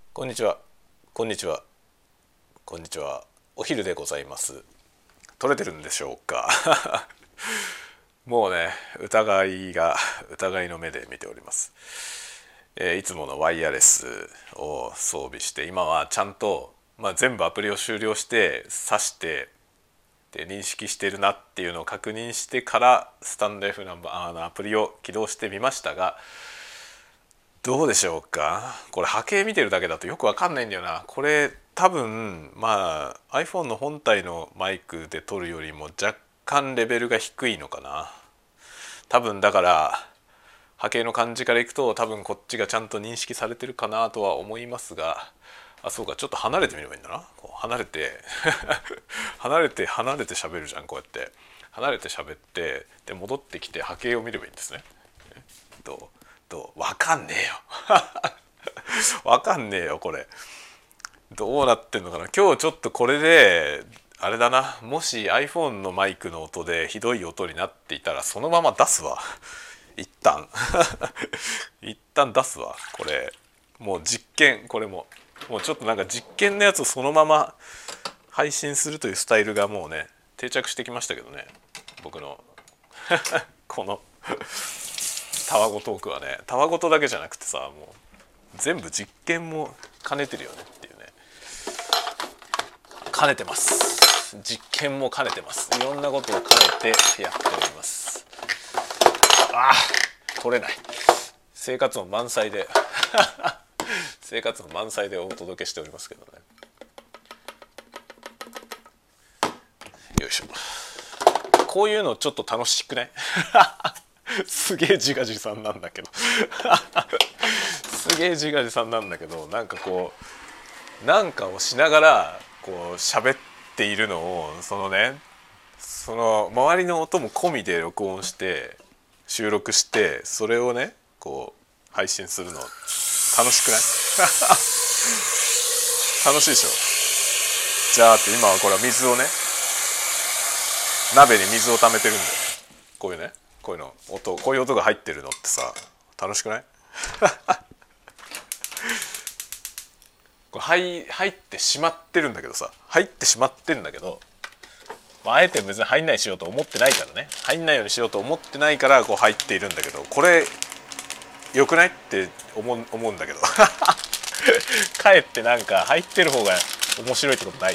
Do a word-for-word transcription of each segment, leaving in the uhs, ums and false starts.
こんにちは。こんにちは。こんにちは。お昼でございます。取れてるんでしょうか？もうね、疑いが疑いの目で見ております。えーいつものワイヤレスを装備して、今はちゃんと、まあ、全部アプリを終了して挿してで認識しているなっていうのを確認してからスタンド F ナンバーあのアプリを起動してみましたが、どうでしょうか。これ波形見てるだけだとよくわかんないんだよな。これ多分まあ iPhone の本体のマイクで撮るよりも若干レベルが低いのかな。多分だから波形の感じからいくと多分こっちがちゃんと認識されてるかなとは思いますが、あ、そうか、ちょっと離れてみればいいんだな。こう離れて離れて離れて喋るじゃん。こうやって離れて喋ってで戻ってきて波形を見ればいいんですね。どうどうわかんねえよ。わかんねえよこれ。どうなってんのかな。今日ちょっとこれであれだな、もし iPhone のマイクの音でひどい音になっていたらそのまま出すわ。一旦一旦出すわ。これもう実験、これももうちょっとなんか実験のやつをそのまま配信するというスタイルがもうね定着してきましたけどね、僕のこのたわごトークはね。たわごとだけじゃなくてさ、もう全部実験も兼ねてるよねっていうね。兼ねてます。実験も兼ねてます。いろんなことを兼ねてやっております。あー取れない。生活音満載で生活音満載でお届けしておりますけどね。よいしょ。こういうのちょっと楽しくないすげえ自画自賛なんだけどすげえ自画自賛なんだけど、なんかこうなんかをしながらこう喋っているのを、そのね、その周りの音も込みで録音して収録して、それをねこう配信するの楽しくない？楽しいでしょ。じゃあって今はこれは水をね、鍋に水を溜めてるんだよ。こういうね、こういうの音、こういう音が入ってるのってさ楽しくない？これ入入ってしまってるんだけどさ、入ってしまってるんだけど、まあ、あえて別に入んないしようと思ってないからね、入んないようにしようと思ってないからこう入っているんだけど、これ良くないって思う思うんだけどかえってなんか入ってる方が面白いってことない？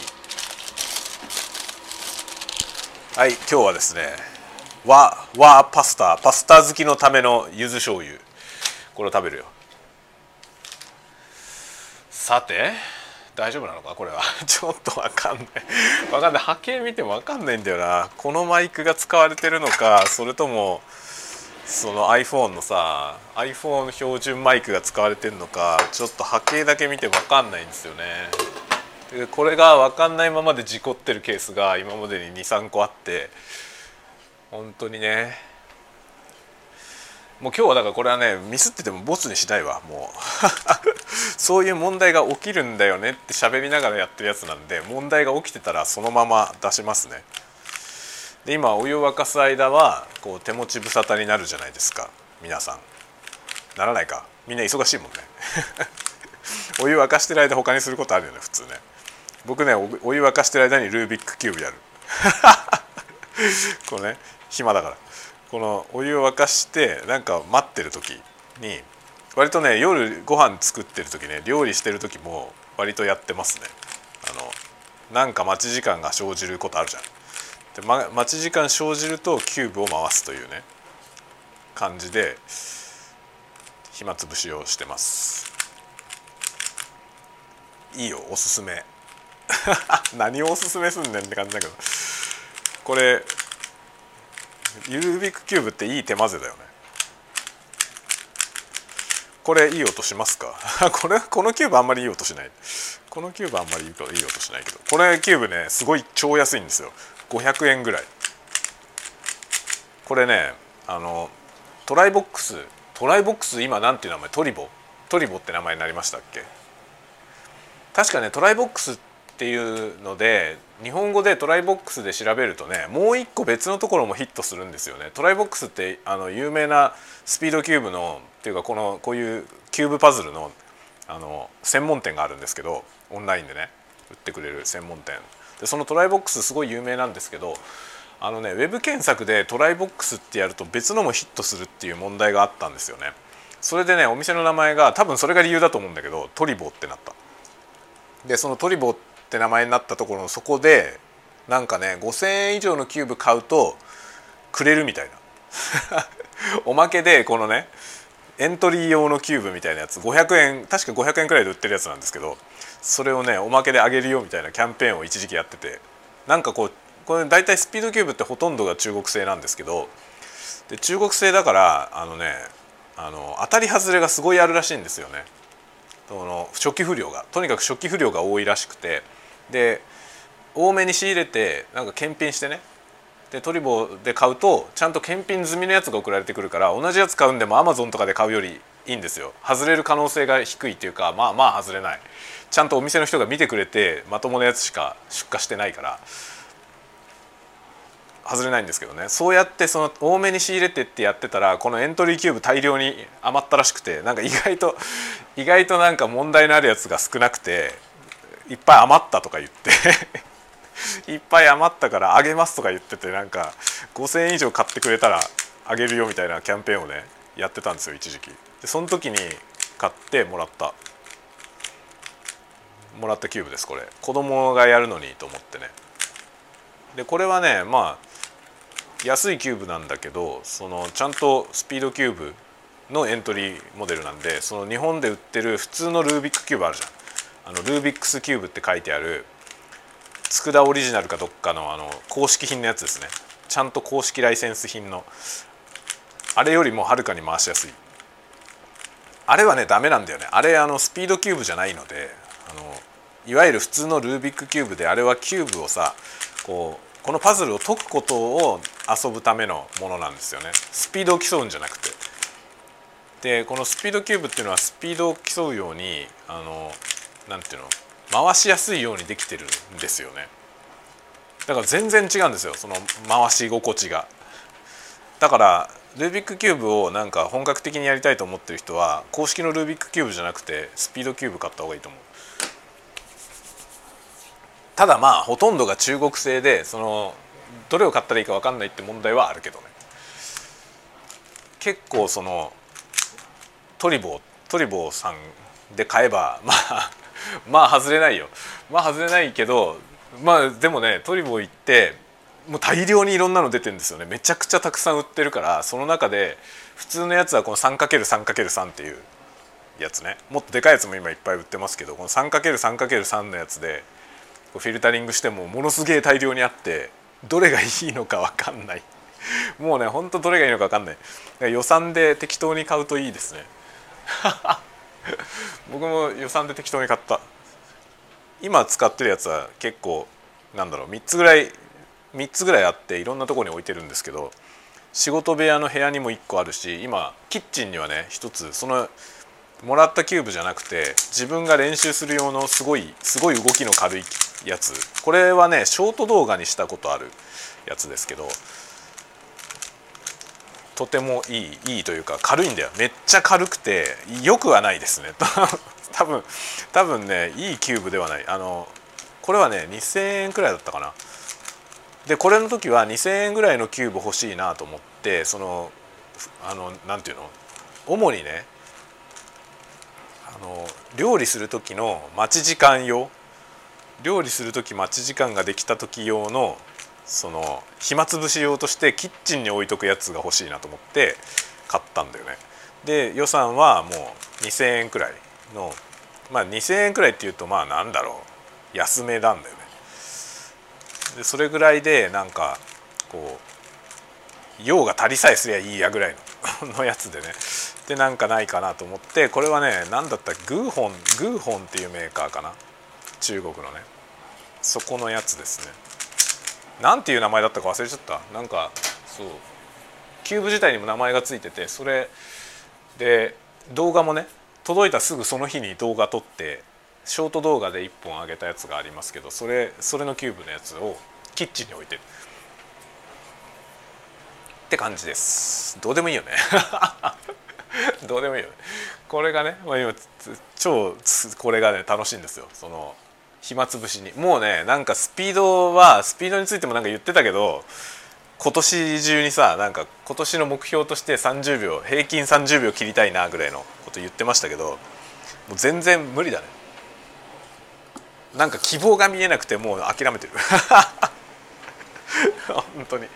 はい、今日はですね、和和パスタパスタ好きのための柚子醤油、これを食べるよ。さて大丈夫なのかこれはちょっとわかんないわかんない。波形見てもわかんないんだよな。このマイクが使われてるのか、それともその iPhone のさ iPhone 標準マイクが使われてるのか、ちょっと波形だけ見てわかんないんですよね。でこれがわかんないままで事故ってるケースが今までに にさんこあって、本当にね、もう今日はだからこれはね、ミスっててもボツにしないわ。もうそういう問題が起きるんだよねって喋りながらやってるやつなんで、問題が起きてたらそのまま出しますね。で今お湯を沸かす間はこう手持ち無沙汰になるじゃないですか皆さん。ならないか、みんな忙しいもんねお湯沸かしてる間他にすることあるよね普通ね。僕ね、お湯沸かしてる間にルービックキューブやるこれね、暇だから。このお湯を沸かしてなんか待ってる時に、割とね夜ご飯作ってる時ね、料理してる時も割とやってますね。あのなんか待ち時間が生じることあるじゃん。で、ま、待ち時間生じるとキューブを回すというね感じで暇つぶしをしてます。いいよ、おすすめ何をおすすめすんねんって感じだけど、これルービックキューブっていい手混ぜだよね。これいい音しますかこれこのキューブあんまりいい音しない。このキューブあんまりいい音しないけど、これキューブねすごい超安いんですよ。ごひゃくえんぐらい。これね、あのトライボックストライボックス今なんていう名前、トリボトリボって名前になりましたっけ。確かねトライボックスっていうので、日本語でトライボックスで調べるとね、もう一個別のところもヒットするんですよね。トライボックスってあの有名なスピードキューブのっていうか、このこういうキューブパズルのあの専門店があるんですけど、オンラインでね売ってくれる専門店で、そのトライボックスすごい有名なんですけど、あのねウェブ検索でトライボックスってやると別のもヒットするっていう問題があったんですよね。それでねお店の名前が、多分それが理由だと思うんだけど、トリボーってなった。でそのトリボーって名前になったところのそこでなんかねごせんえん以上のキューブ買うとくれるみたいなおまけでこのねエントリー用のキューブみたいなやつごひゃくえん、確かごひゃくえんくらいで売ってるやつなんですけど、それをねおまけであげるよみたいなキャンペーンを一時期やってて、なんかこうこれ大体スピードキューブってほとんどが中国製なんですけど、で中国製だからあのねあの当たり外れがすごいあるらしいんですよね。その初期不良がとにかく初期不良が多いらしくて、で多めに仕入れてなんか検品してね、でトリボで買うとちゃんと検品済みのやつが送られてくるから、同じやつ買うんでもアマゾンとかで買うよりいいんですよ。外れる可能性が低いっていうか、まあまあ外れない、ちゃんとお店の人が見てくれてまともなやつしか出荷してないから外れないんですけどね。そうやってその多めに仕入れてってやってたら、このエントリーキューブ大量に余ったらしくて、なんか意外と意外となんか問題のあるやつが少なくて、いっぱい余ったとか言っていっぱい余ったからあげますとか言ってて、なんかごせんえん以上買ってくれたらあげるよみたいなキャンペーンをねやってたんですよ一時期。でその時に買ってもらったもらったキューブです。これ子供がやるのにと思ってね。でこれはねまあ安いキューブなんだけど、そのちゃんとスピードキューブのエントリーモデルなんで、その日本で売ってる普通のルービックキューブあるじゃん、あのルービックスキューブって書いてある佃オリジナルかどっかのあの公式品のやつですね。ちゃんと公式ライセンス品のあれよりもはるかに回しやすい。あれはねダメなんだよね。あれあのスピードキューブじゃないので、あのいわゆる普通のルービックキューブで、あれはキューブをさこうこのパズルを解くことを遊ぶためのものなんですよね。スピードを競うんじゃなくて。でこのスピードキューブっていうのはスピードを競うようにあのなんていうの回しやすいようにできてるんですよね。だから全然違うんですよ、その回し心地が。だからルービックキューブをなんか本格的にやりたいと思ってる人は公式のルービックキューブじゃなくてスピードキューブ買った方がいいと思う。ただまあほとんどが中国製で、そのどれを買ったらいいか分かんないって問題はあるけどね。結構そのトリボートリボーさんで買えばまあまあ外れないよ。まあ外れないけど、まあでもねトリボー行ってもう大量にいろんなの出てるんですよね。めちゃくちゃたくさん売ってるから、その中で普通のやつはこの さんかけるさんかけるさん っていうやつね、もっとでかいやつも今いっぱい売ってますけど、この さんかけるさんかけるさん のやつでフィルタリングしてもものすげえ大量にあって、どれがいいのか分かんないもうねほんとどれがいいのか分かんない。予算で適当に買うといいですね僕も予算で適当に買った。今使ってるやつは結構なんだろうみっつぐらいみっつぐらいあっていろんなところに置いてるんですけど、仕事部屋の部屋にもいっこあるし、今キッチンにはねひとつ、そのもらったキューブじゃなくて自分が練習する用のすごいすごい動きの軽いやつ、これはねショート動画にしたことあるやつですけど、とてもいいいいというか軽いんだよ。めっちゃ軽くてよくはないですね多分多分ねいいキューブではない。あのこれはねにせんえんくらいだったかな。でこれの時はにせんえんぐらいのキューブ欲しいなと思って、そのあのなんていうの主にねあの料理する時の待ち時間用料理する時待ち時間ができた時用のその暇つぶし用としてキッチンに置いとくやつが欲しいなと思って買ったんだよね。で予算はもうにせんえんくらいの、まあにせんえんくらいっていうとまあなんだろう安めなんだよね。でそれぐらいでなんかこう用が足りさえすりゃいいやぐらいののやつでね、でなんかないかなと思って、これはね何だったらグーホングーホンっていうメーカーかな、中国のね、そこのやつですね。なんていう名前だったか忘れちゃった。なんかそうキューブ自体にも名前がついてて、それで動画もね届いたすぐその日に動画撮ってショート動画でいっぽん上げたやつがありますけど、それそれのキューブのやつをキッチンに置いてるって感じです。どうでもいいよねどうでもいいよね。これがね、まあ、今超これがね楽しいんですよ。その暇つぶしにもうね、なんかスピードはスピードについてもなんか言ってたけど、今年中にさ、なんか今年の目標としてさんじゅうびょう、平均さんじゅうびょう切りたいなぐらいのこと言ってましたけど、もう全然無理だね。なんか希望が見えなくてもう諦めてる本当に、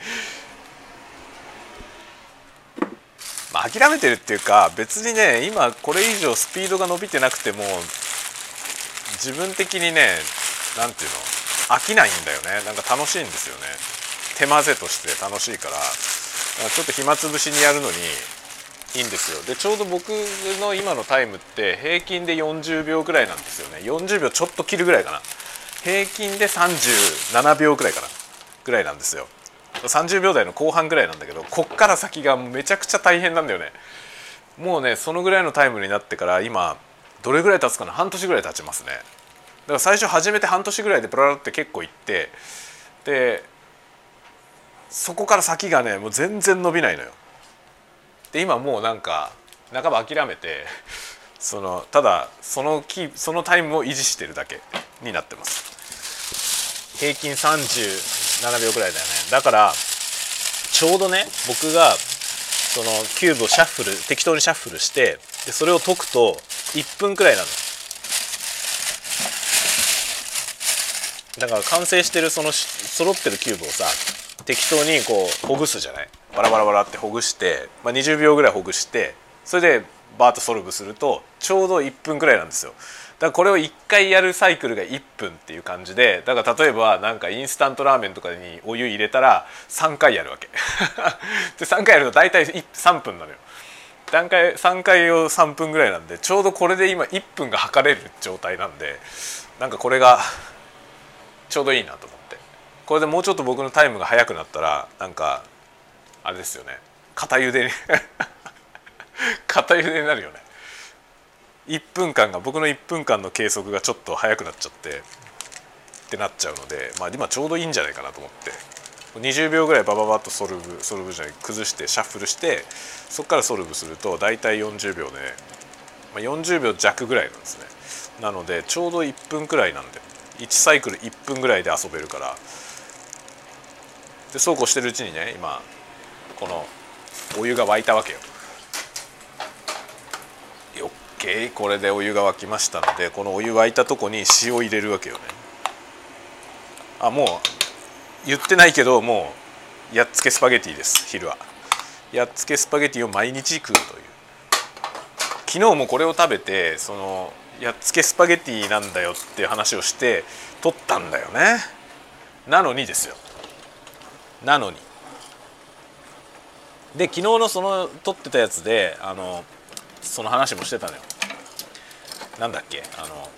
まあ、諦めてるっていうか、別にね今これ以上スピードが伸びてなくても自分的にね、なんていうの、飽きないんだよね。なんか楽しいんですよね。手混ぜとして楽しいから、ちょっと暇つぶしにやるのにいいんですよ。でちょうど僕の今のタイムって平均でよんじゅうびょうぐらいなんですよね。よんじゅうびょうちょっと切るぐらいかな。平均でさんじゅうななびょうぐらいかなぐらいなんですよ。さんじゅうびょうだいの後半ぐらいなんだけど、こっから先がめちゃくちゃ大変なんだよね。もうねそのぐらいのタイムになってから今どれぐらい経つかな、半年ぐらい経ちますね。だから最初始めて半年ぐらいでブララって結構いって、でそこから先がねもう全然伸びないのよ。で今もうなんか半ば諦めてそのただそのキそのタイムを維持してるだけになってます。平均さんじゅうななびょうくらいだよね。だからちょうどね僕がそのキューブをシャッフル適当にシャッフルして、でそれを解くといっぷんくらいなの。だから完成してるその揃ってるキューブをさ適当にこうほぐすじゃない。バラバラバラってほぐして、まあ、にじゅうびょうぐらいほぐして、それでバーッとソルブするとちょうどいっぷんくらいなんですよ。だからこれをいっかいやるサイクルがいっぷんっていう感じで、だから例えばなんかインスタントラーメンとかにお湯入れたらさんかいやるわけでさんかいやると大体さんぷんなのよ。段階さんかいをさんぷんぐらいなんで、ちょうどこれで今いっぷんが測れる状態なんで、なんかこれがちょうどいいなと思って、これでもうちょっと僕のタイムが速くなったらなんかあれですよね、片茹でに片茹でになるよね。いっぷんかんが僕のいっぷんかんの計測がちょっと速くなっちゃってってなっちゃうので、まあ今ちょうどいいんじゃないかなと思って、にじゅうびょうぐらいバババッとソルブソルブじゃない崩してシャッフルして、そこからソルブすると大体よんじゅうびょうで、まあ、よんじゅうびょう弱ぐらいなんですね。なのでちょうどいっぷんくらいなんでいちサイクルいっぷんぐらいで遊べるから、でそうこうしてるうちにね今このお湯が沸いたわけよ。オッケー、これでお湯が沸きましたので、このお湯沸いたとこに塩入れるわけよね。あ、もう言ってないけどもうやっつけスパゲティです。昼はやっつけスパゲティを毎日食うという。昨日もこれを食べて、そのやっつけスパゲティなんだよっていう話をして撮ったんだよね。なのにですよ、なのにで昨日のその撮ってたやつであのその話もしてたのよ。なんだっけ、あの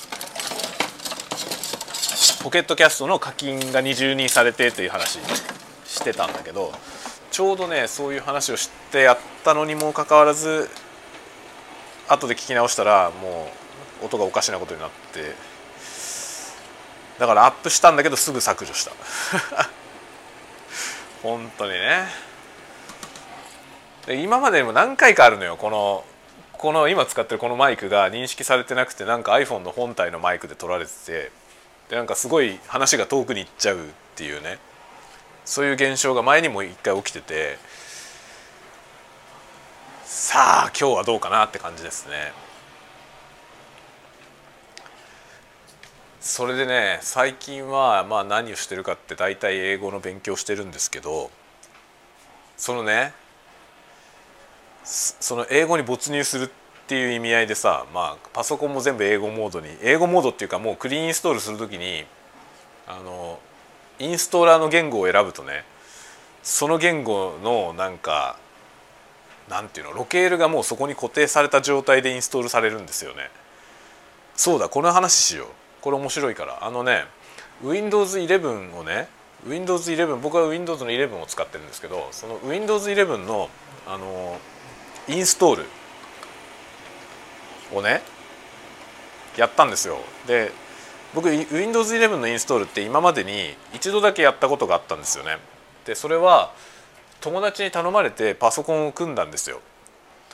ポケットキャストの課金が二重にされてという話してたんだけど、ちょうどねそういう話をしてやったのにもかかわらず後で聞き直したらもう音がおかしなことになって、だからアップしたんだけどすぐ削除した本当にね。で今までにも何回かあるのよ、このこの今使ってるこのマイクが認識されてなくて、なんか iPhone の本体のマイクで撮られてて、でなんかすごい話が遠くに行っちゃうっていうね、そういう現象が前にも一回起きてて、さあ今日はどうかなって感じですね。それでね最近はまあ何をしてるかって大体英語の勉強してるんですけど、そのねその英語に没入するっていう意味合いでさ、まあパソコンも全部英語モードに、英語モードっていうかもうクリーンインストールするときにあのインストーラーの言語を選ぶとね、その言語のなんかなんていうのロケールがもうそこに固定された状態でインストールされるんですよね。そうだ、この話しよう。これ面白いから。あのね ウィンドウズイレブン をね ウィンドウズイレブン 僕は Windows のイレブンを使ってるんですけど、その ウィンドウズイレブン のあのインストールをねやったんですよ。で僕 ウィンドウズイレブン のインストールって今までに一度だけやったことがあったんですよね。でそれは友達に頼まれてパソコンを組んだんですよ。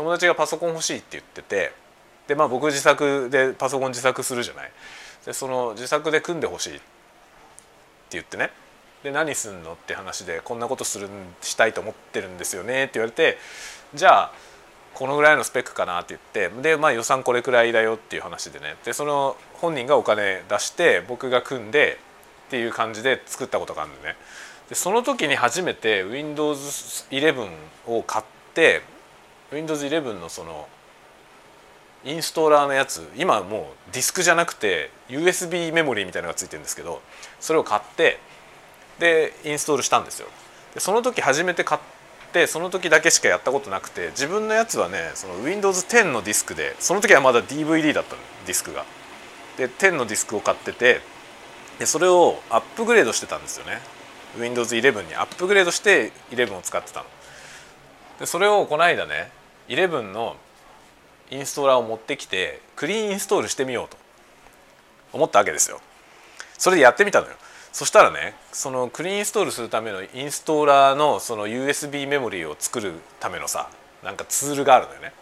友達がパソコン欲しいって言ってて、でまあ僕自作でパソコン自作するじゃない。でその自作で組んでほしいって言ってね、で何すんのって話で、こんなことするしたいと思ってるんですよねって言われて、じゃあこのぐらいのスペックかなって言って、でまあ予算これくらいだよっていう話でね、でその本人がお金出して僕が組んでっていう感じで作ったことがあるんでね。でその時に初めて ウィンドウズイレブン を買って、 ウィンドウズイレブン のそのインストーラーのやつ、今もうディスクじゃなくて ユーエスビー メモリーみたいなのがついてるんですけど、それを買ってでインストールしたんですよ。でその時初めて買って、その時だけしかやったことなくて、自分のやつはねその ウィンドウズテン のディスクで、その時はまだ ディーブイディー だったのディスクが。でテンのディスクを買ってて、でそれをアップグレードしてたんですよね。 ウィンドウズイレブン にアップグレードしてイレブンを使ってたので、それをこの間ねイレブンのインストーラーを持ってきてクリーンインストールしてみようと思ったわけですよ。それでやってみたのよ。そしたらね、そのクリーンインストールするためのインストーラーのその ユーエスビー メモリーを作るためのさ、なんかツールがあるのよね。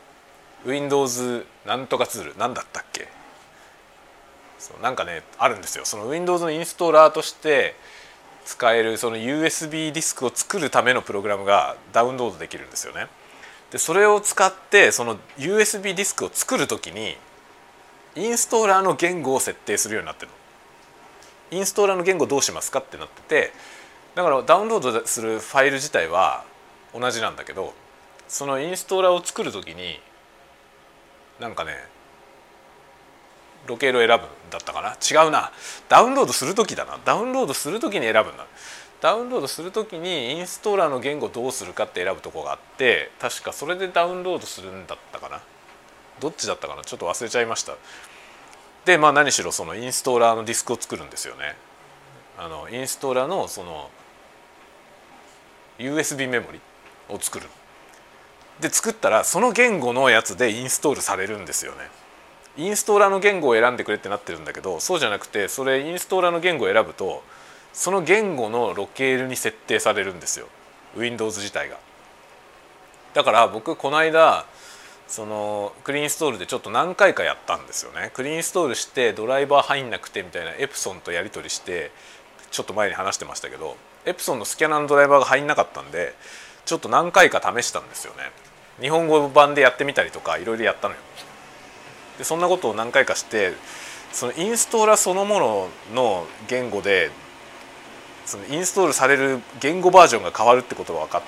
Windows なんとかツール、なんだったっけ、そうなんかねあるんですよ。その Windows のインストーラーとして使えるその ユーエスビー ディスクを作るためのプログラムがダウンロードできるんですよね。でそれを使ってその ユーエスビー ディスクを作るときにインストーラーの言語を設定するようになってるの。インストーラーの言語どうしますかってなってて、だからダウンロードするファイル自体は同じなんだけど、そのインストーラーを作るときになんかねロケールを選ぶんだったかな、違うな、ダウンロードするときだな、ダウンロードするときに選ぶんだ。ダウンロードするときにインストーラーの言語どうするかって選ぶとこがあって、確かそれでダウンロードするんだったかな、どっちだったかなちょっと忘れちゃいました。でまあ何しろそのインストーラーのディスクを作るんですよね。あのインストーラーのその ユーエスビー メモリを作る。で作ったらその言語のやつでインストールされるんですよね。インストーラーの言語を選んでくれってなってるんだけど、そうじゃなくて、それインストーラーの言語を選ぶとその言語のロケールに設定されるんですよ Windows 自体が。だから僕この間そのクリーンインストールでちょっと何回かやったんですよね。クリーンインストールしてドライバー入んなくてみたいなエプソンとやり取りして、ちょっと前に話してましたけど、エプソンのスキャナーのドライバーが入んなかったんでちょっと何回か試したんですよね。日本語版でやってみたりとかいろいろやったのよ。でそんなことを何回かして、そのインストーラーそのものの言語でそのインストールされる言語バージョンが変わるってことが分かって、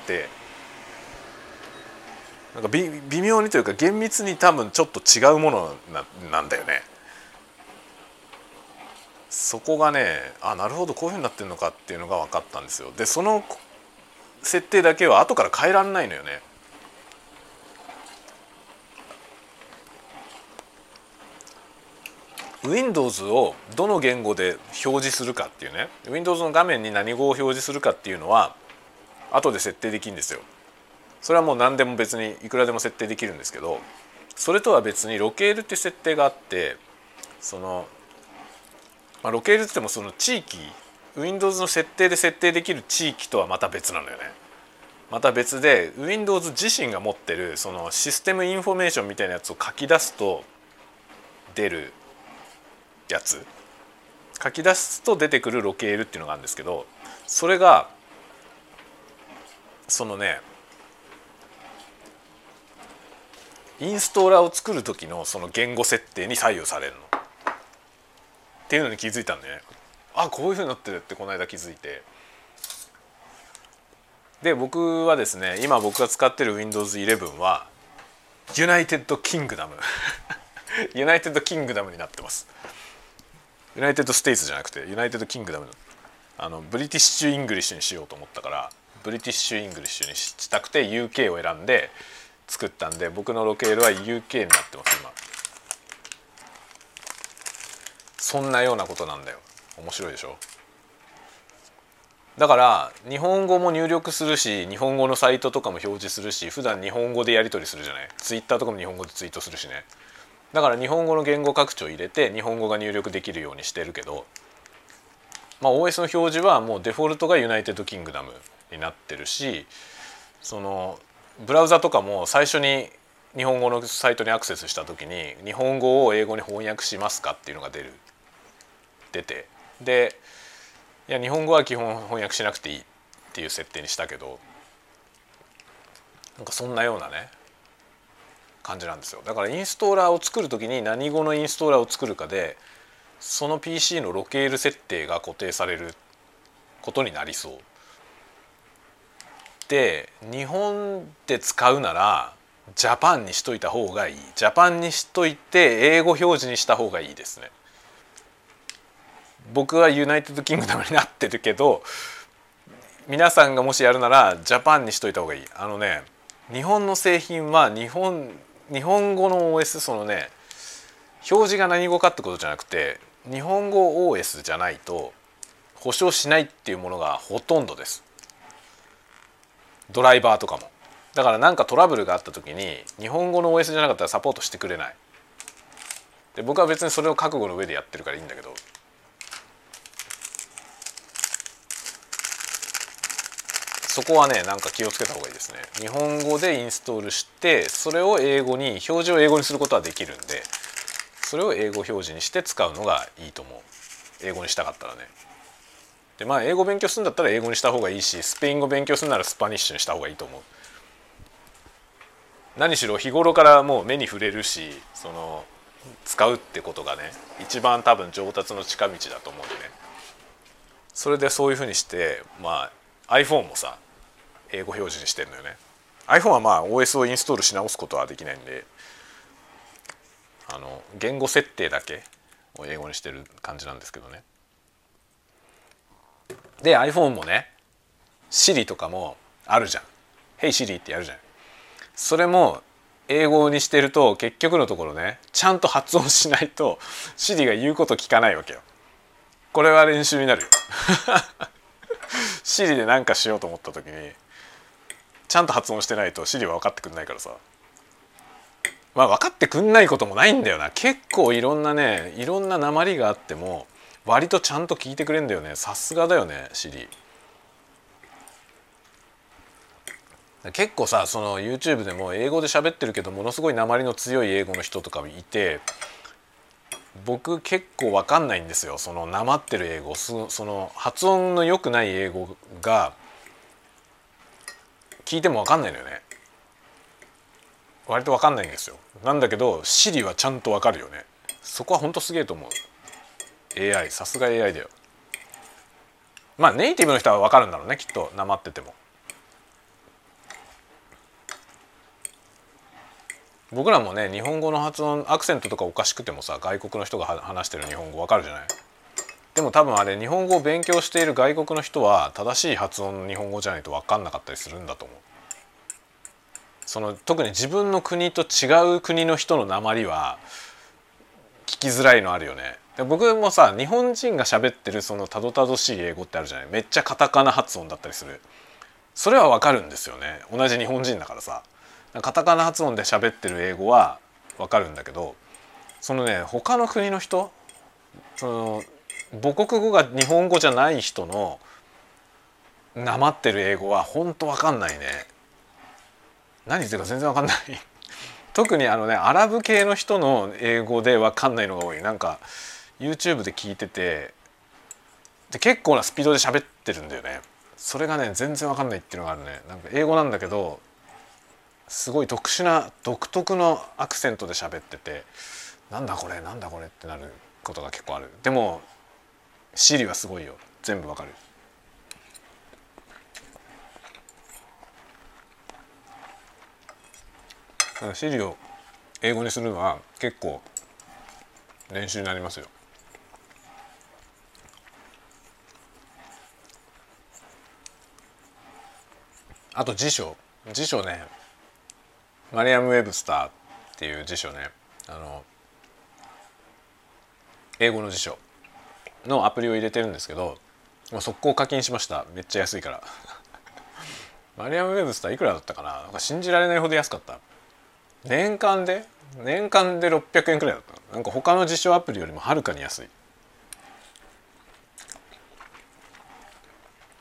なんか 微, 微妙にというか厳密に多分ちょっと違うもの な, なんだよね。そこがね、あなるほどこういうふうになってるのかっていうのが分かったんですよ。でその設定だけは後から変えられないのよね。Windows をどの言語で表示するかっていうね、 Windows の画面に何語を表示するかっていうのは後で設定できるんですよ。それはもう何でも別にいくらでも設定できるんですけど、それとは別にロケールっていう設定があって、その、まあ、ロケールって言ってもその地域 Windows の設定で設定できる地域とはまた別なのよね。また別で Windows 自身が持ってるそのシステムインフォメーションみたいなやつを書き出すと出るやつ、書き出すと出てくるロケールっていうのがあるんですけど、それがそのねインストーラーを作る時のその言語設定に左右されるのっていうのに気づいたんでね、あこういうふうになってるってこの間気づいて、で僕はですね今僕が使ってる ウィンドウズイレブン はユナイテッドキングダムユナイテッドキングダムになってます。ユナイテッドステイツじゃなくてユナイテッドキングダム、あのブリティッシュイングリッシュにしようと思ったからブリティッシュイングリッシュにしたくて ユーケー を選んで作ったんで、僕のロケールは ユーケー になってます今。そんなようなことなんだよ。面白いでしょ。だから日本語も入力するし、日本語のサイトとかも表示するし、普段日本語でやり取りするじゃない。ツイッターとかも日本語でツイートするしね。だから日本語の言語拡張入れて日本語が入力できるようにしてるけど、まあ オーエス の表示はもうデフォルトがユナイテッドキングダムになってるし、そのブラウザとかも最初に日本語のサイトにアクセスした時に日本語を英語に翻訳しますかっていうのが出る出て、でいや日本語は基本翻訳しなくていいっていう設定にしたけど、なんかそんなようなね感じなんですよ。だからインストーラーを作る時に何語のインストーラーを作るかでその ピーシー のロケール設定が固定されることになりそう。で日本で使うならジャパンにしといた方がいい。ジャパンにしといて英語表示にした方がいいですね。僕はユナイテッドキングダムになってるけど、皆さんがもしやるならジャパンにしといた方がいい。あのね、日本の製品は日本日本語の オーエス、 そのね表示が何語かってことじゃなくて日本語 オーエス じゃないと保証しないっていうものがほとんどです。ドライバーとかも。だから何かトラブルがあった時に日本語の オーエス じゃなかったらサポートしてくれない。で僕は別にそれを覚悟の上でやってるからいいんだけど、そこはねなんか気をつけた方がいいですね。日本語でインストールしてそれを英語に表示を英語にすることはできるんで、それを英語表示にして使うのがいいと思う。英語にしたかったらね。でまあ英語勉強するんだったら英語にした方がいいし、スペイン語勉強するならスパニッシュにした方がいいと思う。何しろ日頃からもう目に触れるし、その使うってことがね一番多分上達の近道だと思うんでね。それでそういうふうにしてまあ iPhone もさ英語表示にしてるのよね。 iPhone はまあ オーエス をインストールし直すことはできないんで、あの言語設定だけを英語にしてる感じなんですけどね。で iPhone もね Siri とかもあるじゃん。 Hey Siri ってやるじゃん。それも英語にしてると結局のところねちゃんと発音しないと Siri が言うこと聞かないわけよ。これは練習になるよSiri で何かしようと思った時にちゃんと発音してないと Siri は分かってくんないからさ。まあ分かってくんないこともないんだよな。結構いろんなねいろんな訛りがあっても割とちゃんと聞いてくれんだよね。さすがだよね Siri。結構さその YouTube でも英語で喋ってるけどものすごい訛りの強い英語の人とかいて、僕結構分かんないんですよ。その訛ってる英語、その発音の良くない英語が聞いても分かんないのよね。割と分かんないんですよ。なんだけど Siri はちゃんと分かるよね。そこはほんとすげえと思う。 エーアイ さすが エーアイ だよ。まあネイティブの人は分かるんだろうねきっと、訛ってても。僕らもね日本語の発音アクセントとかおかしくてもさ外国の人が話してる日本語わかるじゃない。でも多分あれ日本語を勉強している外国の人は正しい発音の日本語じゃないと分かんなかったりするんだと思う。その特に自分の国と違う国の人の訛りは聞きづらいのあるよね。で僕もさ日本人が喋ってるそのたどたどしい英語ってあるじゃない。めっちゃカタカナ発音だったりする。それは分かるんですよね。同じ日本人だからさ。カタカナ発音で喋ってる英語は分かるんだけど、そのね他の国の人、その母国語が日本語じゃない人のなまってる英語はほんと分かんないね。何言ってるか全然分かんない特にあのねアラブ系の人の英語で分かんないのが多い。なんか YouTube で聞いててで結構なスピードで喋ってるんだよね。それがね全然分かんないっていうのがあるね。なんか英語なんだけどすごい特殊な独特のアクセントで喋っててなんだこれなんだこれってなることが結構ある。でも Siri はすごいよ。全部わかる。Siri を英語にするのは結構練習になりますよ。あと辞書辞書ね、マリアム・ウェブスターっていう辞書ね、あの英語の辞書のアプリを入れてるんですけど、もう速攻課金しました。めっちゃ安いからマリアム・ウェブスターいくらだったかな。なんか信じられないほど安かった。年間で年間でろっぴゃくえんくらいだった。なんか他の辞書アプリよりもはるかに安い。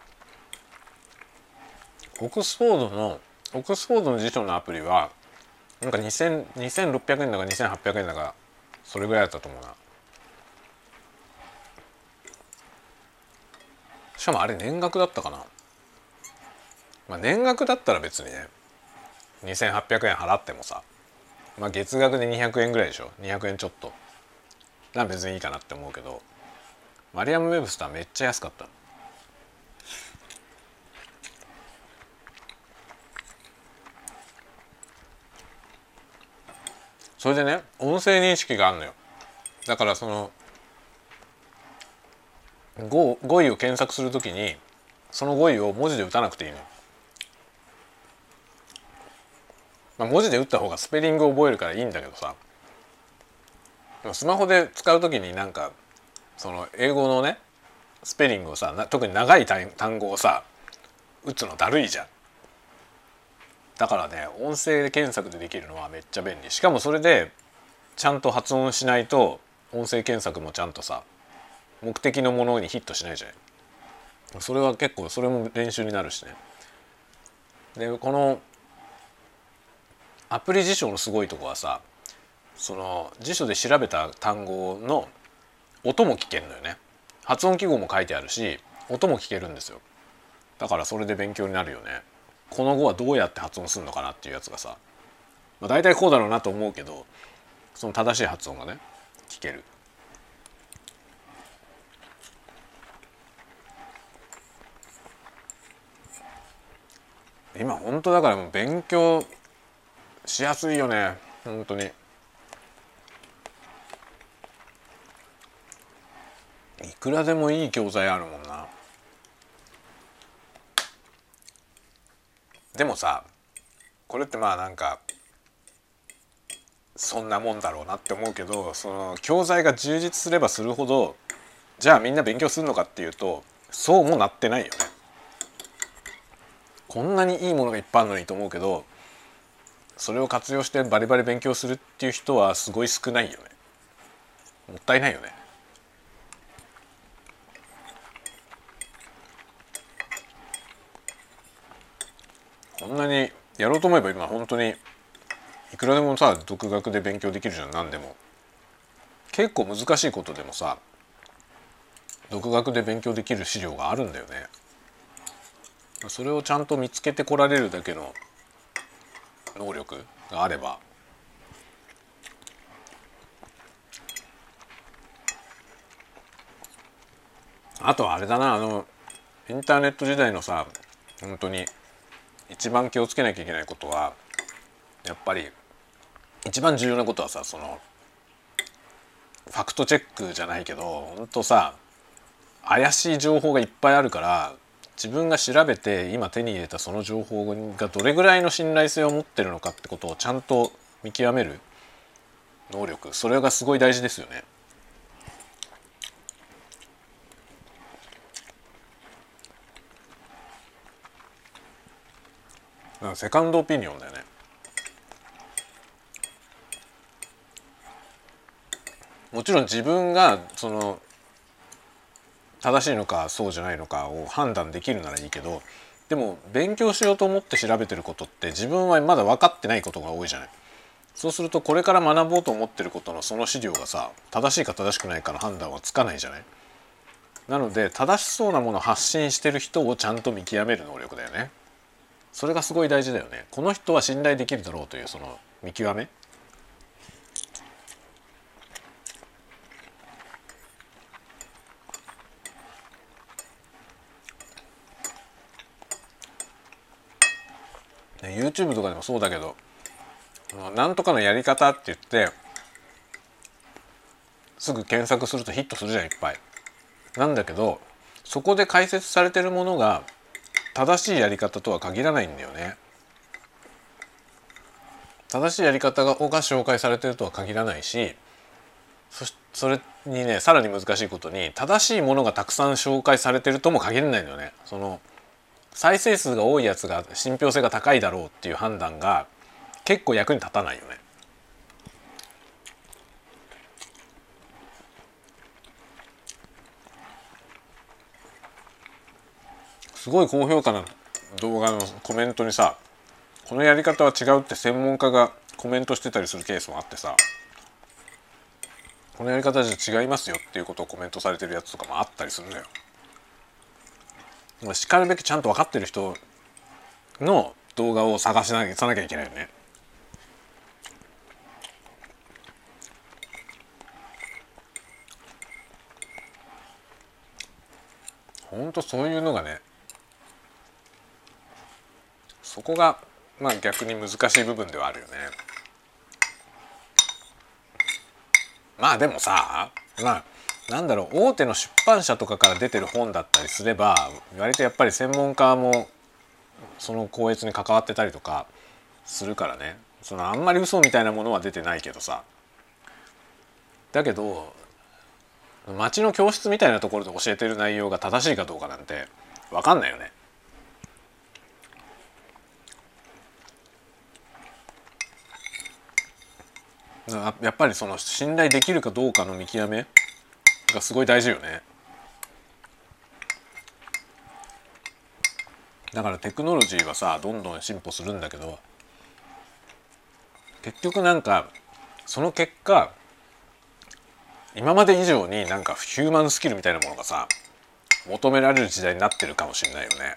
オックスフォードのオックスフォードの辞書のアプリはなんかにせん にせんろっぴゃくえんだかにせんはっぴゃくえんだかそれぐらいだったと思うな。しかもあれ年額だったかな。まあ年額だったら別にねにせんはっぴゃくえん払ってもさ、まあ月額でにひゃくえんぐらいでしょ。にひゃくえんちょっとなら別にいいかなって思うけど、マリアム・ウェブスターめっちゃ安かった。それでね音声認識があるのよ。だからその語語彙を検索するときにその語彙を文字で打たなくていいのよ。まあ、文字で打った方がスペリングを覚えるからいいんだけどさ、でもスマホで使うときになんかその英語のねスペリングをさ、特に長い単語をさ打つのだるいじゃん。だからね音声検索でできるのはめっちゃ便利。しかもそれでちゃんと発音しないと音声検索もちゃんとさ目的のものにヒットしないじゃない。それは結構それも練習になるしね。でこのアプリ辞書のすごいとこはさ、その辞書で調べた単語の音も聞けるのよね。発音記号も書いてあるし音も聞けるんですよ。だからそれで勉強になるよね。この語はどうやって発音するのかなっていうやつがさ、まあ、大体こうだろうなと思うけどその正しい発音がね聞ける。今本当だからもう勉強しやすいよね本当に。いくらでもいい教材あるもんな。でもさこれってまあなんかそんなもんだろうなって思うけど、その教材が充実すればするほどじゃあみんな勉強するのかっていうとそうもなってないよね。こんなにいいものがいっぱいあるのにと思うけど、それを活用してバリバリ勉強するっていう人はすごい少ないよね。もったいないよね。こんなにやろうと思えば今本当にいくらでもさ独学で勉強できるじゃん。何でも結構難しいことでもさ独学で勉強できる資料があるんだよね。それをちゃんと見つけてこられるだけの能力があれば。あとはあれだな、あのインターネット時代のさ本当に一番気をつけなきゃいけないことはやっぱり一番重要なことはさ、そのファクトチェックじゃないけど本当さ怪しい情報がいっぱいあるから、自分が調べて今手に入れたその情報がどれぐらいの信頼性を持ってるのかってことをちゃんと見極める能力、それがすごい大事ですよね。だからセカンドオピニオンだよね。もちろん自分がその正しいのかそうじゃないのかを判断できるならいいけど、でも勉強しようと思って調べてることって自分はまだ分かってないことが多いじゃない。そうするとこれから学ぼうと思ってることのその資料がさ正しいか正しくないかの判断はつかないじゃない。なので正しそうなものを発信してる人をちゃんと見極める能力だよね。それがすごい大事だよね。この人は信頼できるだろうというその見極め。YouTube とかでもそうだけど、なんとかのやり方って言ってすぐ検索するとヒットするじゃんいっぱい。なんだけどそこで解説されてるものが正しいやり方とは限らないんだよね。正しいやり方が紹介されてるとは限らないし、そしそれにねさらに難しいことに正しいものがたくさん紹介されてるとも限らないんだよね。その再生数が多いやつが信憑性が高いだろうっていう判断が結構役に立たないよね。すごい高評価な動画のコメントにさ、このやり方は違うって専門家がコメントしてたりするケースもあってさ、このやり方じゃ違いますよっていうことをコメントされてるやつとかもあったりするのよ。しかるべきちゃんと分かってる人の動画を探しなきゃいけないよね。ほんとそういうのがね、そこがまあ逆に難しい部分ではあるよね。まあでもさ、まあなんだろう、大手の出版社とかから出てる本だったりすれば割とやっぱり専門家もその校閲に関わってたりとかするからね、そのあんまり嘘みたいなものは出てないけどさ、だけど町の教室みたいなところで教えてる内容が正しいかどうかなんて分かんないよね。やっぱりその信頼できるかどうかの見極めがすごい大事よね。だからテクノロジーはさどんどん進歩するんだけど、結局なんかその結果今まで以上になんかヒューマンスキルみたいなものがさ求められる時代になってるかもしれないよね。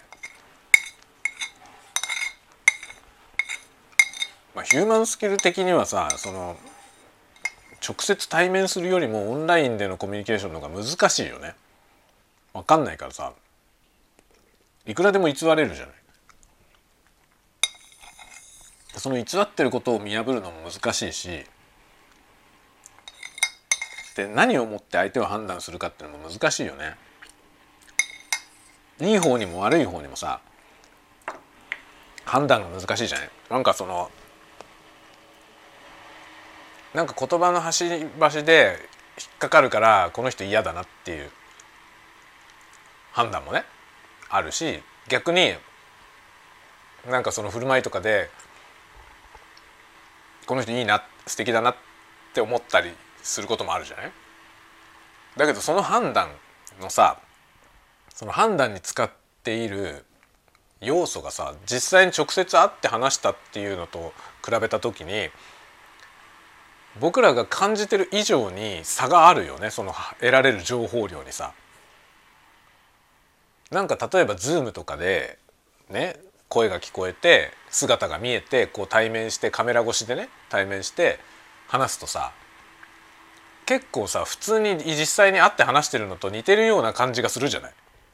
まあ、ヒューマンスキル的にはさ、その直接対面するよりもオンラインでのコミュニケーションの方が難しいよね。分かんないからさ、いくらでも偽れるじゃない。その偽ってることを見破るのも難しいし、で何をもって相手を判断するかっていうのも難しいよね。いい方にも悪い方にもさ判断が難しいじゃない。なんかそのなんか言葉の端々で引っかかるからこの人嫌だなっていう判断もねあるし、逆になんかその振る舞いとかでこの人いいな素敵だなって思ったりすることもあるじゃない。だけどその判断のさ、その判断に使っている要素がさ実際に直接会って話したっていうのと比べた時に僕らが感じてる以上に差があるよね。その得られる情報量にさ、なんか例えば Zoom とかでね声が聞こえて姿が見えてこう対面してカメラ越しでね対面して話すとさ、結構さ普通に実際に会って話してるのと似てるような感じがするじゃない。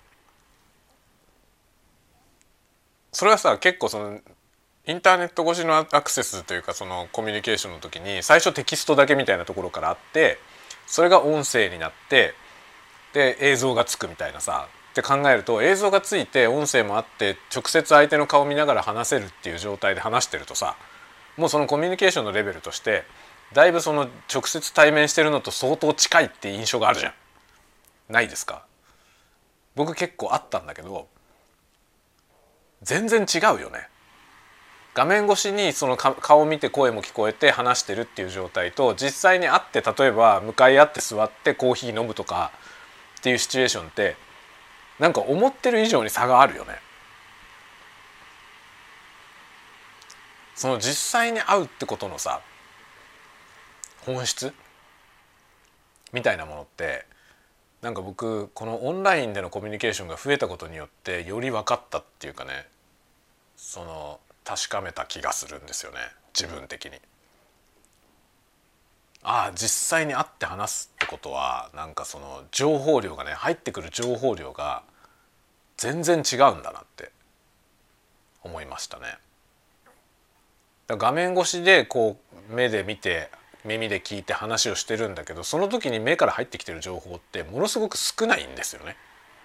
それはさ結構そのインターネット越しのアクセスというかそのコミュニケーションの時に最初テキストだけみたいなところからあって、それが音声になってで映像がつくみたいなさって考えると、映像がついて音声もあって直接相手の顔見ながら話せるっていう状態で話してるとさ、もうそのコミュニケーションのレベルとしてだいぶその直接対面してるのと相当近いって印象があるじゃん。ないですか？僕結構あったんだけど全然違うよね。画面越しにその顔を見て声も聞こえて話してるっていう状態と実際に会って例えば向かい合って座ってコーヒー飲むとかっていうシチュエーションってなんか思ってる以上に差があるよね。その実際に会うってことのさ本質みたいなものってなんか僕このオンラインでのコミュニケーションが増えたことによってより分かったっていうかね、その確かめた気がするんですよね自分的に。ああ実際に会って話すってことはなんかその情報量がね入ってくる情報量が全然違うんだなって思いましたね。だから画面越しでこう目で見て耳で聞いて話をしてるんだけど、その時に目から入ってきてる情報ってものすごく少ないんですよね。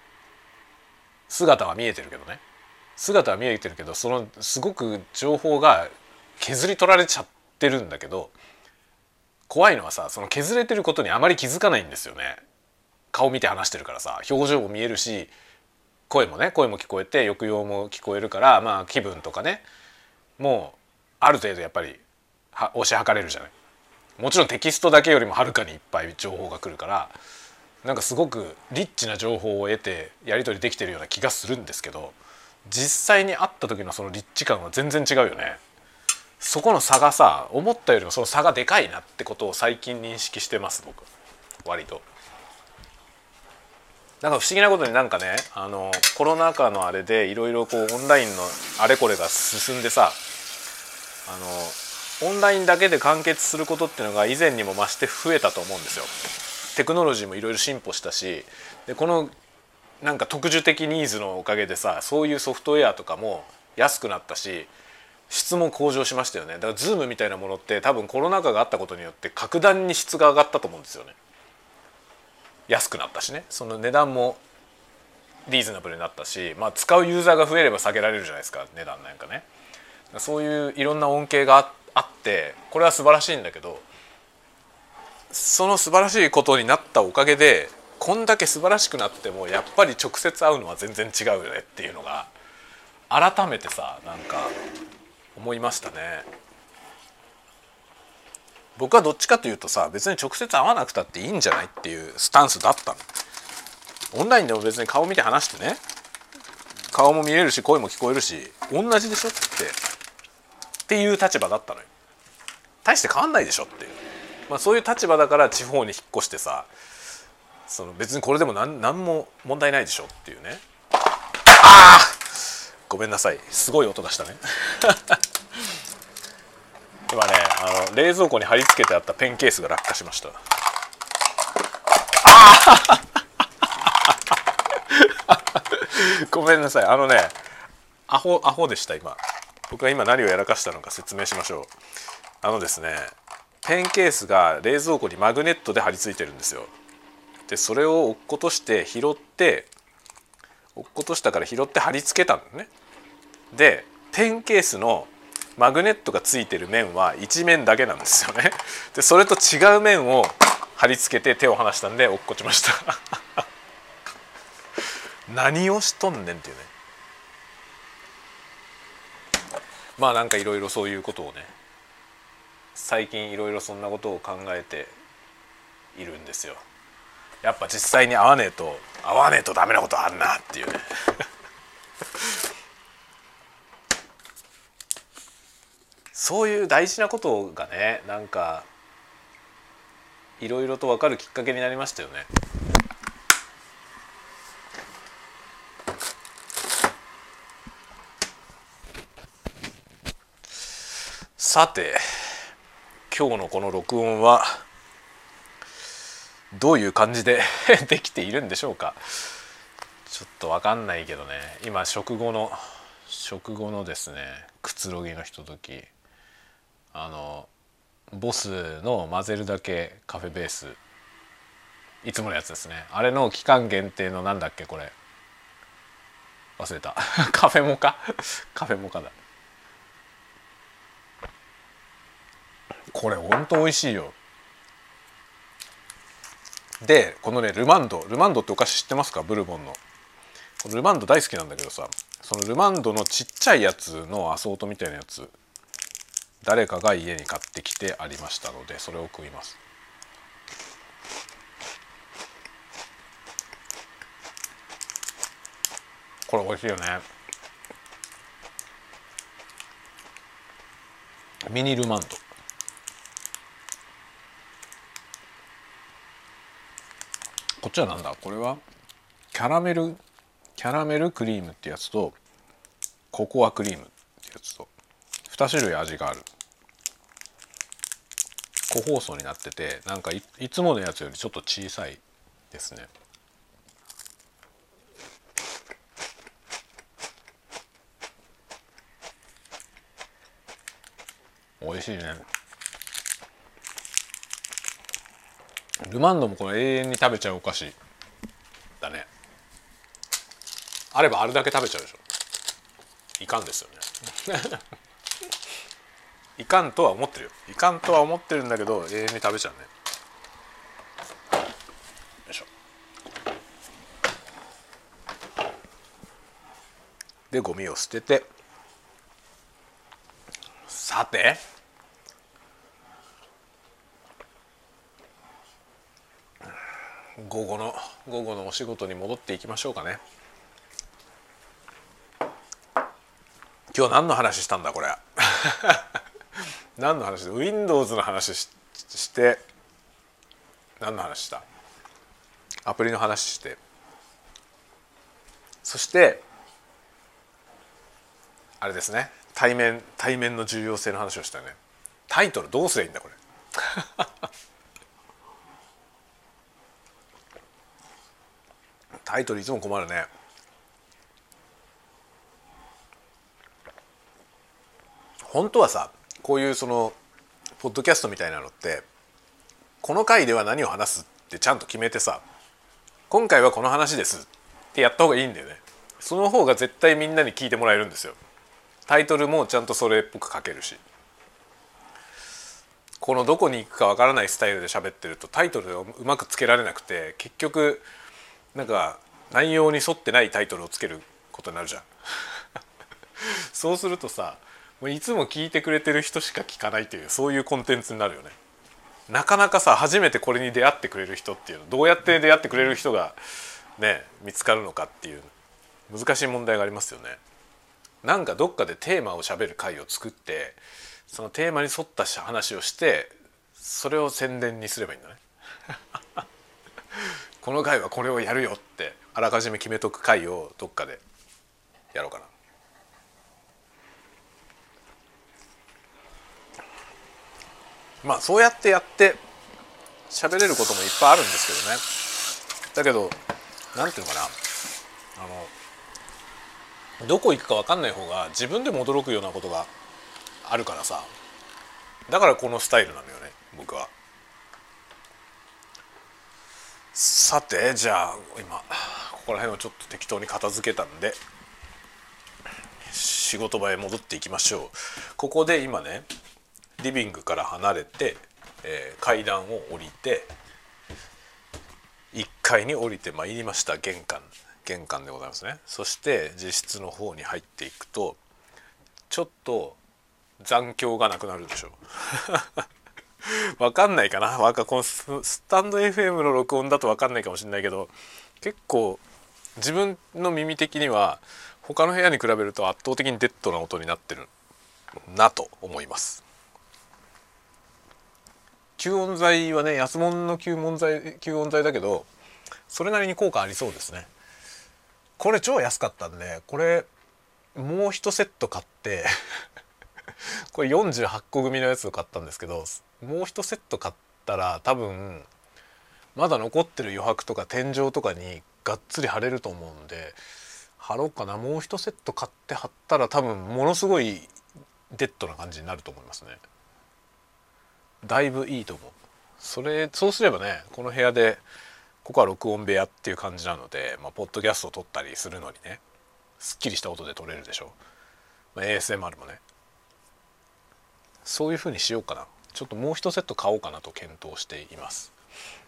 姿は見えてるけどね姿は見えてるけどそのすごく情報が削り取られちゃってるんだけど、怖いのはさその削れてることにあまり気づかないんですよね。顔見て話してるからさ表情も見えるし声もね声も聞こえて抑揚も聞こえるから、まあ気分とかねもうある程度やっぱりは推し量れるじゃない。もちろんテキストだけよりもはるかにいっぱい情報が来るからなんかすごくリッチな情報を得てやり取りできてるような気がするんですけど、実際に会った時のそのリッチ感は全然違うよね。 そこの差がさ、思ったよりもその差がでかいなってことを最近認識してます、僕割と。なんか不思議なことになんかね、あのコロナ禍のあれでいろいろこうオンラインのあれこれが進んでさ、あのオンラインだけで完結することっていうのが以前にも増して増えたと思うんですよ。テクノロジーもいろいろ進歩したし、でこのなんか特需的ニーズのおかげでさ、そういうソフトウェアとかも安くなったし、質も向上しましたよね。だから Zoom みたいなものって多分コロナ禍があったことによって格段に質が上がったと思うんですよね。安くなったしね、その値段もリーズナブルになったし、まあ、使うユーザーが増えれば下げられるじゃないですか、値段なんかね。そういういろんな恩恵があってこれは素晴らしいんだけど、その素晴らしいことになったおかげでこんだけ素晴らしくなってもやっぱり直接会うのは全然違うよねっていうのが改めてさ、なんか思いましたね。僕はどっちかというとさ、別に直接会わなくたっていいんじゃないっていうスタンスだったの。オンラインでも別に顔見て話してね、顔も見れるし声も聞こえるし同じでしょってっていう立場だったのよ。大して変わんないでしょっていう、まあ、そういう立場だから地方に引っ越してさ、その別にこれでも何何も問題ないでしょっていうね。あーごめんなさい、すごい音がしたね今ね、あの冷蔵庫に貼り付けてあったペンケースが落下しました。あごめんなさい、あのね、アホアホでした今。僕が今何をやらかしたのか説明しましょう。あのですね、ペンケースが冷蔵庫にマグネットで貼り付いてるんですよ。でそれを落っことして拾って落っことしたから拾って貼り付けたのね。でペンケースのマグネットがついてる面はいち面だけなんですよね。でそれと違う面を貼り付けて手を離したんで落っこちました何をしとんねんっていうね。まあなんかいろいろそういうことをね、最近いろいろそんなことを考えているんですよ。やっぱ実際に会わねえと会わねえとダメなことあんなっていうねそういう大事なことがね、なんかいろいろと分かるきっかけになりましたよね。さて今日のこの録音はどういう感じでできているんでしょうか。ちょっと分かんないけどね、今食後の食後のですねくつろぎのひととき、あのボスの混ぜるだけカフェベース、いつものやつですね。あれの期間限定のなんだっけこれ忘れたカフェモカカフェモカだ。これほんと美味しいよ。でこのねルマンドルマンドってお菓子知ってますか？ブルボンの。ルマンド大好きなんだけどさ、そのルマンドのちっちゃいやつのアソートみたいなやつ、誰かが家に買ってきてありましたのでそれを食います。これ美味しいよね。ミニルマンド。こっちはなんだ、これはキャラメルキャラメルクリームってやつとココアクリームってやつとに種類味がある。個包装になってて、なんか い, いつものやつよりちょっと小さいですね。美味しいね。ルマンドもこれ永遠に食べちゃうお菓子だね。あればあれだけ食べちゃうでしょ。いかんですよねいかんとは思ってるよ。いかんとは思ってるんだけど永遠に食べちゃうね。よいしょ。でゴミを捨てて、さて午後の午後のお仕事に戻っていきましょうかね。今日何の話したんだこれ何の話で Windows の話 し, して何の話したアプリの話して、そしてあれですね、対面対面の重要性の話をしたよね。タイトルどうすりゃいいんだこれタイトルいつも困るね。本当はさ、こういうそのポッドキャストみたいなのってこの回では何を話すってちゃんと決めてさ、今回はこの話ですってやった方がいいんだよね。その方が絶対みんなに聞いてもらえるんですよ。タイトルもちゃんとそれっぽく書けるし、このどこに行くかわからないスタイルで喋ってるとタイトルをうまくつけられなくて、結局なんか内容に沿ってないタイトルをつけることになるじゃんそうするとさ、もういつも聞いてくれてる人しか聞かないという、そういうコンテンツになるよね。なかなかさ、初めてこれに出会ってくれる人っていうの、どうやって出会ってくれる人がね見つかるのかっていう難しい問題がありますよね。なんかどっかでテーマを喋る回を作って、そのテーマに沿った話をして、それを宣伝にすればいいんだねこの回はこれをやるよってあらかじめ決めとく回をどっかでやろうかな。まあそうやってやって喋れることもいっぱいあるんですけどね。だけどなんていうのかな、あのどこ行くか分かんない方が自分でも驚くようなことがあるからさ、だからこのスタイルなのよね、僕は。さて、じゃあ今ここら辺をちょっと適当に片付けたんで仕事場へ戻っていきましょう。ここで今ね、リビングから離れて、えー、階段を降りていっかいに降りてまいりました。玄関玄関でございますね。そして自室の方に入っていくと、ちょっと残響がなくなるでしょわかんないかな、わかこのスタンド エフエム の録音だとわかんないかもしれないけど、結構自分の耳的には他の部屋に比べると圧倒的にデッドな音になってるなと思います。吸音材はね、安物の吸音材吸音材だけどそれなりに効果ありそうですね。これ超安かったんで、これもう一セット買ってこれよんじゅうはちこ組のやつを買ったんですけど、もう一セット買ったら多分まだ残ってる余白とか天井とかにがっつり貼れると思うんで、貼ろうかな。もう一セット買って貼ったら多分ものすごいデッドな感じになると思いますね。だいぶいいと思う。それそうすればね、この部屋でここは録音部屋っていう感じなので、まあ、ポッドキャストを撮ったりするのにね、すっきりした音で撮れるでしょ。まあ、エーエスエムアール もね、そういう風にしようかな。ちょっともう一セット買おうかなと検討しています。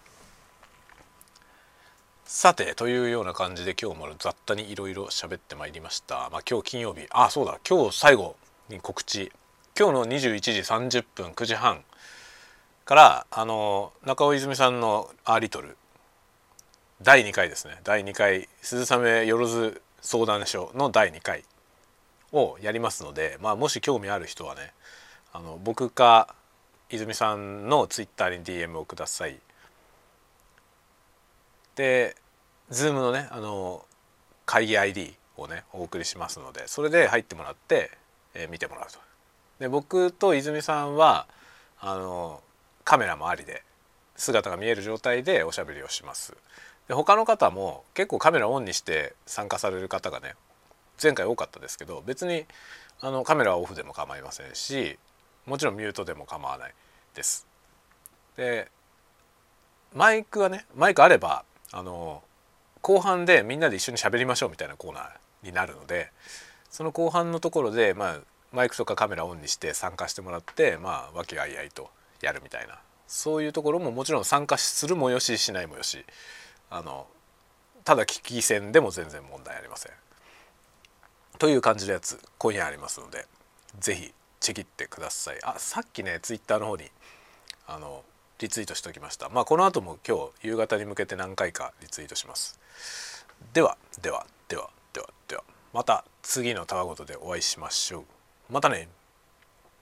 さて、というような感じで今日も雑多にいろいろ喋ってまいりました。まあ、今日金曜日、あ、そうだ、今日最後に告知。今日のにじゅういちじさんじゅっぷんくじはんからあの中尾泉さんのアーリトルだいにかいですね、だいにかい鈴雨よろず相談所のだいにかいをやりますので、まあ、もし興味ある人はね、あの僕か泉さんのツイッターに ディーエム をください。で Zoom のね、あの会議 アイディー をねお送りしますので、それで入ってもらって、えー、見てもらうと。で僕と泉さんはあのカメラもありで姿が見える状態でおしゃべりをします。で他の方も結構カメラオンにして参加される方がね前回多かったですけど、別にあのカメラはオフでも構いませんし、もちろんミュートでも構わないです。でマイクはね、マイクあればあの後半でみんなで一緒に喋りましょうみたいなコーナーになるので、その後半のところで、まあ、マイクとかカメラオンにして参加してもらって、まあ和気あいあいとやるみたいな、そういうところももちろん参加するもよししないもよし、あのただ聞き戦でも全然問題ありませんという感じのやつ今夜ありますので、ぜひチェキってください。あ、さっきねツイッターの方にあのリツイートしておきました。まあこの後も今日夕方に向けて何回かリツイートします。ではではではではではまた次のたわごとでお会いしましょう。またね。